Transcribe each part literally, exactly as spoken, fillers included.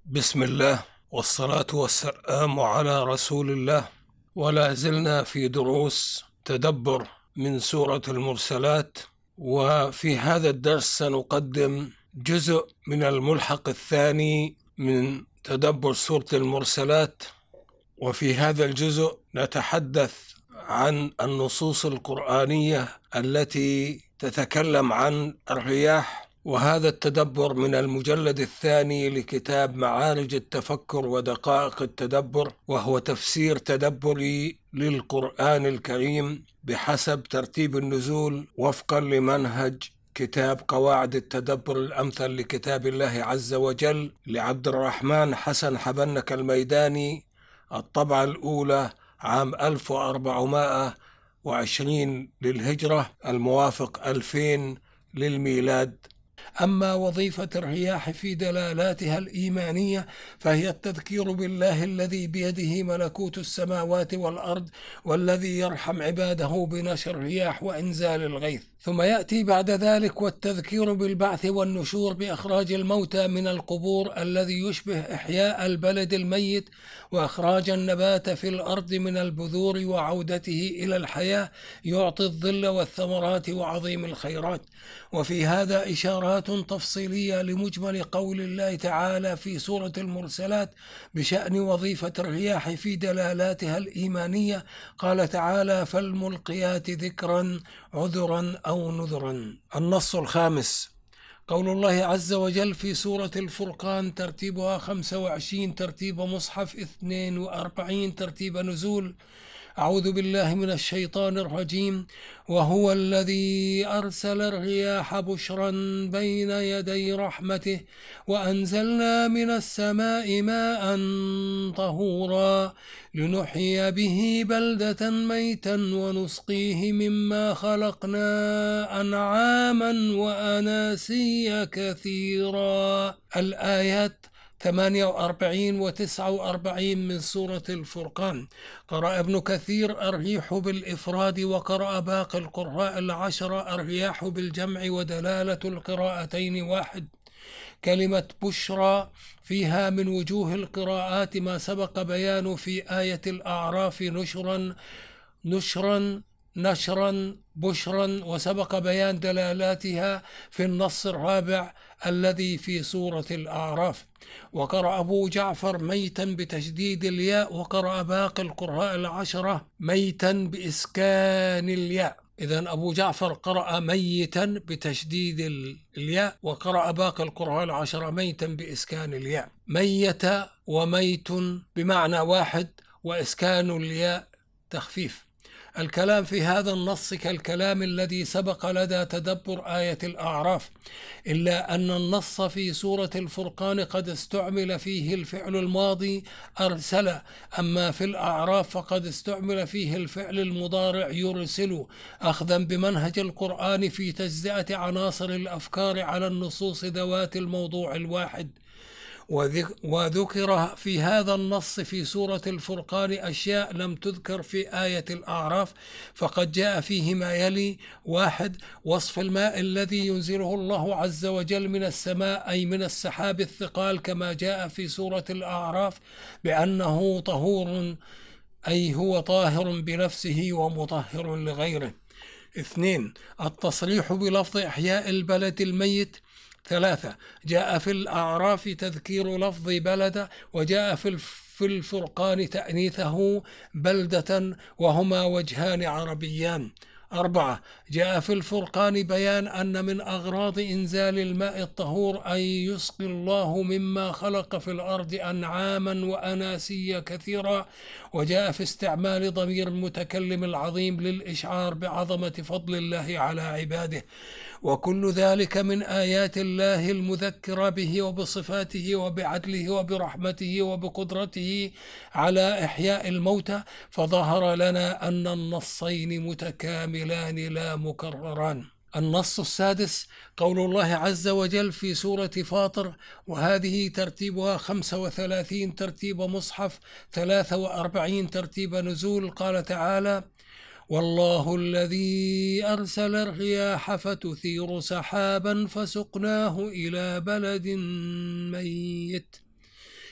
بسم الله والصلاة والسلام على رسول الله. ولا زلنا في دروس تدبر من سورة المرسلات، وفي هذا الدرس سنقدم جزء من الملحق الثاني من تدبر سورة المرسلات. وفي هذا الجزء نتحدث عن النصوص القرآنية التي تتكلم عن الرياح، وهذا التدبر من المجلد الثاني لكتاب معارج التفكر ودقائق التدبر، وهو تفسير تدبري للقرآن الكريم بحسب ترتيب النزول وفقا لمنهج كتاب قواعد التدبر الأمثل لكتاب الله عز وجل لعبد الرحمن حسن حبنك الميداني، الطبعة الأولى عام ألف وأربعمائة وعشرين للهجرة الموافق ألفين للميلاد. أما وظيفة الرياح في دلالاتها الإيمانية فهي التذكير بالله الذي بيده ملكوت السماوات والأرض، والذي يرحم عباده بنشر الرياح وإنزال الغيث. ثم يأتي بعد ذلك والتذكير بالبعث والنشور بإخراج الموتى من القبور الذي يشبه إحياء البلد الميت، وإخراج النبات في الأرض من البذور وعودته إلى الحياة يعطي الظل والثمرات وعظيم الخيرات. وفي هذا إشارات تفصيلية لمجمل قول الله تعالى في سورة المرسلات بشأن وظيفة الرياح في دلالاتها الإيمانية. قال تعالى: فالملقيات ذكرا عذرا أو نذرا. النص الخامس قول الله عز وجل في سورة الفرقان ترتيبها خمسة وعشرين ترتيب مصحف، اثنين وأربعين ترتيب نزول: أعوذ بالله من الشيطان الرجيم: وهو الذي أرسل الرياح بشرا بين يدي رحمته وأنزلنا من السماء ماء طهورا لنحيي به بلدة ميتا ونسقيه مما خلقنا أنعاما وأناسيا كثيرا. الآيات ثمانية وأربعين وتسعة وأربعين من سورة الفرقان. قرأ ابن كثير الريح بالإفراد، وقرأ باقي القراء العشرة الرياح بالجمع، ودلالة القراءتين واحد. كلمة بشرى فيها من وجوه القراءات ما سبق بيان في آية الأعراف: نشرا نشرا نشرا بشرا، وسبق بيان دلالاتها في النص الرابع الذي في سورة الأعراف. وقرأ أبو جعفر ميتا بتشديد الياء، وقرأ باقي القراء العشرة ميتا بإسكان الياء. إذن أبو جعفر قرأ ميتا بتشديد الياء، وقرأ باقي القراء العشرة ميتا بإسكان الياء. ميت وميت بمعنى واحد، وإسكان الياء تخفيف. الكلام في هذا النص كالكلام الذي سبق لدى تدبر آية الأعراف، إلا أن النص في سورة الفرقان قد استعمل فيه الفعل الماضي أرسل، أما في الأعراف فقد استعمل فيه الفعل المضارع يرسل، أخذا بمنهج القرآن في تجزئة عناصر الأفكار على النصوص ذوات الموضوع الواحد. وذكر في هذا النص في سورة الفرقان أشياء لم تذكر في آية الأعراف، فقد جاء فيه ما يلي: واحد، وصف الماء الذي ينزله الله عز وجل من السماء، أي من السحاب الثقال، كما جاء في سورة الأعراف بأنه طهور، أي هو طاهر بنفسه ومطهر لغيره. اثنين، التصريح بلفظ إحياء البلد الميت. ثلاثة، جاء في الأعراف تذكير لفظ بلد، وجاء في في الفرقان تأنيثه بلدة، وهما وجهان عربيان. أربعة، جاء في الفرقان بيان أن من أغراض إنزال الماء الطهور أن يسقي الله مما خلق في الأرض أنعاما وأناسيا كثيرا، وجاء في استعمال ضمير المتكلم العظيم للإشعار بعظمة فضل الله على عباده. وكل ذلك من آيات الله المذكرة به وبصفاته وبعدله وبرحمته وبقدرته على إحياء الموتى، فظهر لنا أن النصين متكاملان لا مكرران. النص السادس قول الله عز وجل في سورة فاطر، وهذه ترتيبها خمسة وثلاثين ترتيب مصحف، ثلاثة وأربعين ترتيب نزول. قال تعالى: والله الذي أرسل الرياح فتثير سحابا فسقناه إلى بلد ميت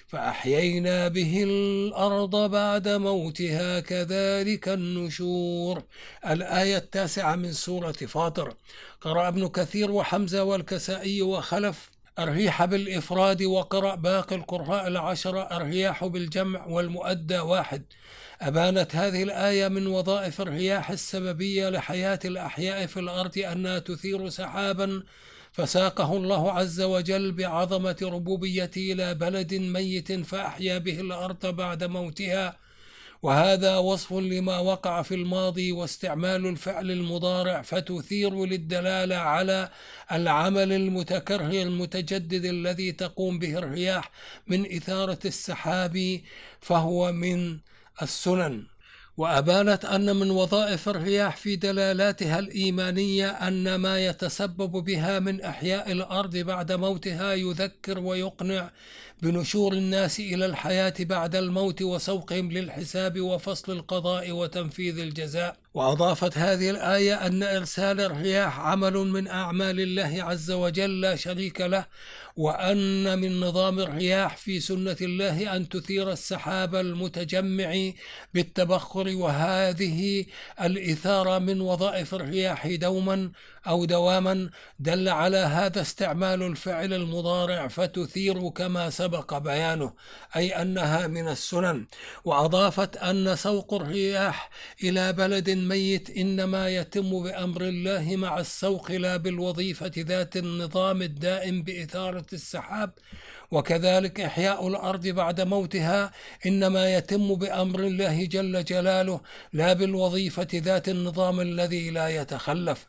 فأحيينا به الأرض بعد موتها كذلك النشور. الآية التاسعة من سورة فاطر. قرأ ابن كثير وحمزة والكسائي وخلف الريح بالإفراد، وقرأ باقي القراء العشرة الرياح بالجمع والمؤدى واحد. أبانت هذه الآية من وظائف الرياح السببية لحياة الأحياء في الأرض أنها تثير سحابا فساقه الله عز وجل بعظمة ربوبيته إلى بلد ميت فأحيا به الأرض بعد موتها، وهذا وصف لما وقع في الماضي واستعمال الفعل المضارع، فتثير للدلالة على العمل المتكرر المتجدد الذي تقوم به الرياح من إثارة السحاب، فهو من السنن. وأبانت أن من وظائف الرياح في دلالاتها الإيمانية أن ما يتسبب بها من إحياء الأرض بعد موتها يذكر ويقنع بنشور الناس إلى الحياة بعد الموت وسوقهم للحساب وفصل القضاء وتنفيذ الجزاء. وأضافت هذه الآية أن إرسال الرياح عمل من أعمال الله عز وجل لا شريك له، وأن من نظام الرياح في سنة الله أن تثير السحاب المتجمع بالتبخر، وهذه الإثارة من وظائف الرياح دوما أو دواما. دل على هذا استعمال الفعل المضارع فتثير كما سبق بيانه، أي أنها من السنن. وأضافت أن سوق الرياح إلى بلد ميت إنما يتم بأمر الله مع السوق لا بالوظيفة ذات النظام الدائم بإثارة السحاب. وكذلك إحياء الأرض بعد موتها إنما يتم بأمر الله جل جلاله لا بالوظيفة ذات النظام الذي لا يتخلف.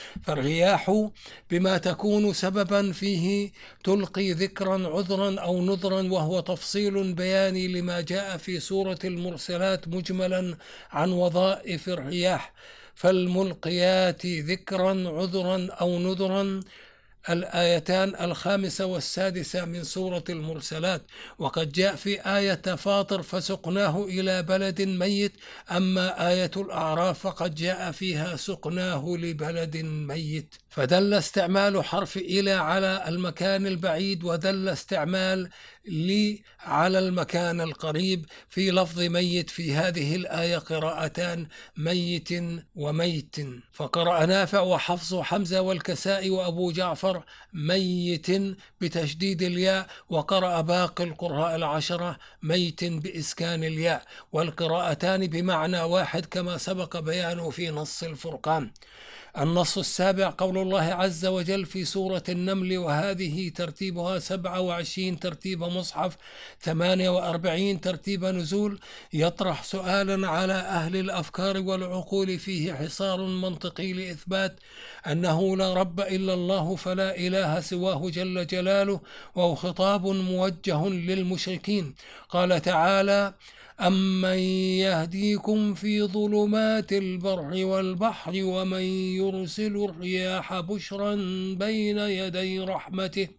فالرياح بما تكون سببا فيه تلقي ذكرا عذرا أو نذرا، وهو تفصيل بياني لما جاء في سورة المرسلات مجملا عن وظائف الرياح. فالملقيات ذكرا عذرا أو نذرا، الآيتان الخامسة والسادسة من سورة المرسلات. وقد جاء في آية فاطر فسقناه إلى بلد ميت، أما آية الأعراف فقد جاء فيها سقناه لبلد ميت. فدل استعمال حرف إلى على المكان البعيد، ودل استعمال لي على المكان القريب في لفظ ميت. في هذه الآية قراءتان، ميت وميت. فقرأ نافع وحفص حمزة والكسائي وأبو جعفر ميت بتشديد الياء، وقرأ باقي القراء العشرة ميت بإسكان الياء، والقراءتان بمعنى واحد كما سبق بيانه في نص الفرقان. النص السابع قول الله عز وجل في سورة النمل، وهذه ترتيبها سبعة وعشرين ترتيب مصحف، ثمانية وأربعين ترتيب نزول، يطرح سؤالا على أهل الأفكار والعقول فيه حصار منطقي لإثبات أنه لا رب إلا الله فلا إله سواه جل جلاله، وهو خطاب موجه للمشركين. قال تعالى: أمن يهديكم في ظلمات البر والبحر ومن يرسل الرياح بشرا بين يدي رحمته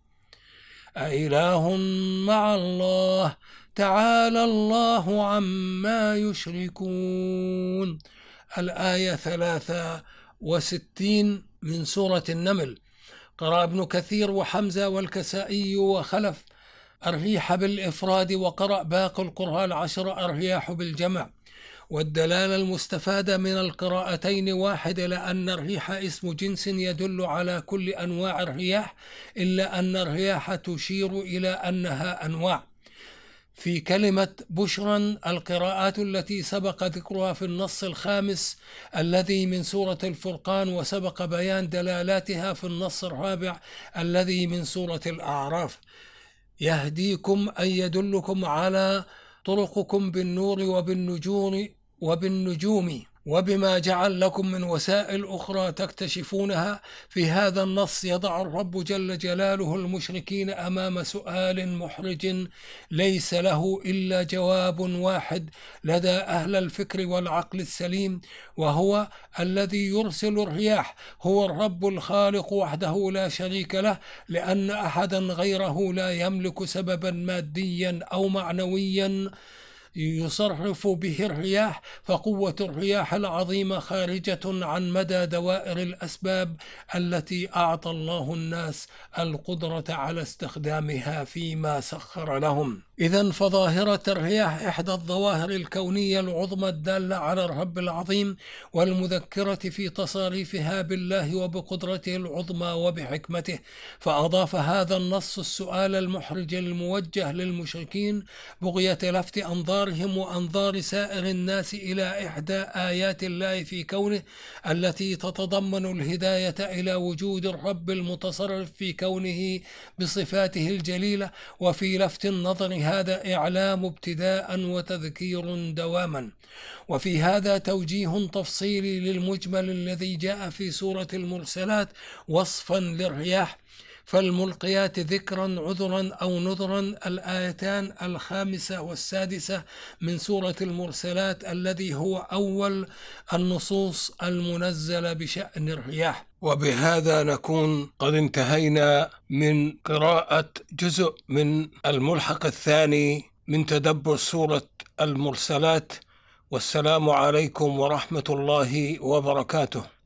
أإله مع الله تعالى الله عما يشركون. الآية ثلاثة وستين من سورة النمل. قرأ ابن كثير وحمزة والكسائي وخلف الريح بالإفراد، وقرأ باقي القراء العشرة الرياح بالجمع. والدلالة المستفادة من القراءتين واحدة، لأن الريح اسم جنس يدل على كل أنواع الرياح، إلا أن الرياح تشير إلى أنها أنواع. في كلمة بشرا القراءات التي سبق ذكرها في النص الخامس الذي من سورة الفرقان، وسبق بيان دلالاتها في النص الرابع الذي من سورة الأعراف. يهديكم أي يدلكم على طرقكم بالنور وبالنجوم وبالنجوم وبما جعل لكم من وسائل أخرى تكتشفونها. في هذا النص يضع الرب جل جلاله المشركين أمام سؤال محرج ليس له إلا جواب واحد لدى أهل الفكر والعقل السليم، وهو الذي يرسل الرياح هو الرب الخالق وحده لا شريك له، لأن أحدا غيره لا يملك سببا ماديا أو معنويا يصرف به الرياح، فقوة الرياح العظيمة خارجة عن مدى دوائر الأسباب التي أعطى الله الناس القدرة على استخدامها فيما سخر لهم. إذن فظاهرة الرياح إحدى الظواهر الكونية العظمى الدالة على الرب العظيم والمذكرة في تصاريفها بالله وبقدرته العظمى وبحكمته. فأضاف هذا النص السؤال المحرج الموجه للمشركين بغية لفت أنظارهم وأنظار سائر الناس إلى إحدى آيات الله في كونه التي تتضمن الهداية إلى وجود الرب المتصرف في كونه بصفاته الجليلة. وفي لفت النظر هذا إعلام ابتداء وتذكير دواما. وفي هذا توجيه تفصيلي للمجمل الذي جاء في سورة المرسلات وصفا للرياح. فالملقيات ذكرا عذرا أو نذرا الآيتان الخامسة والسادسة من سورة المرسلات الذي هو أول النصوص المنزلة بشأن الرياح. وبهذا نكون قد انتهينا من قراءة جزء من الملحق الثاني من تدبر سورة المرسلات. والسلام عليكم ورحمة الله وبركاته.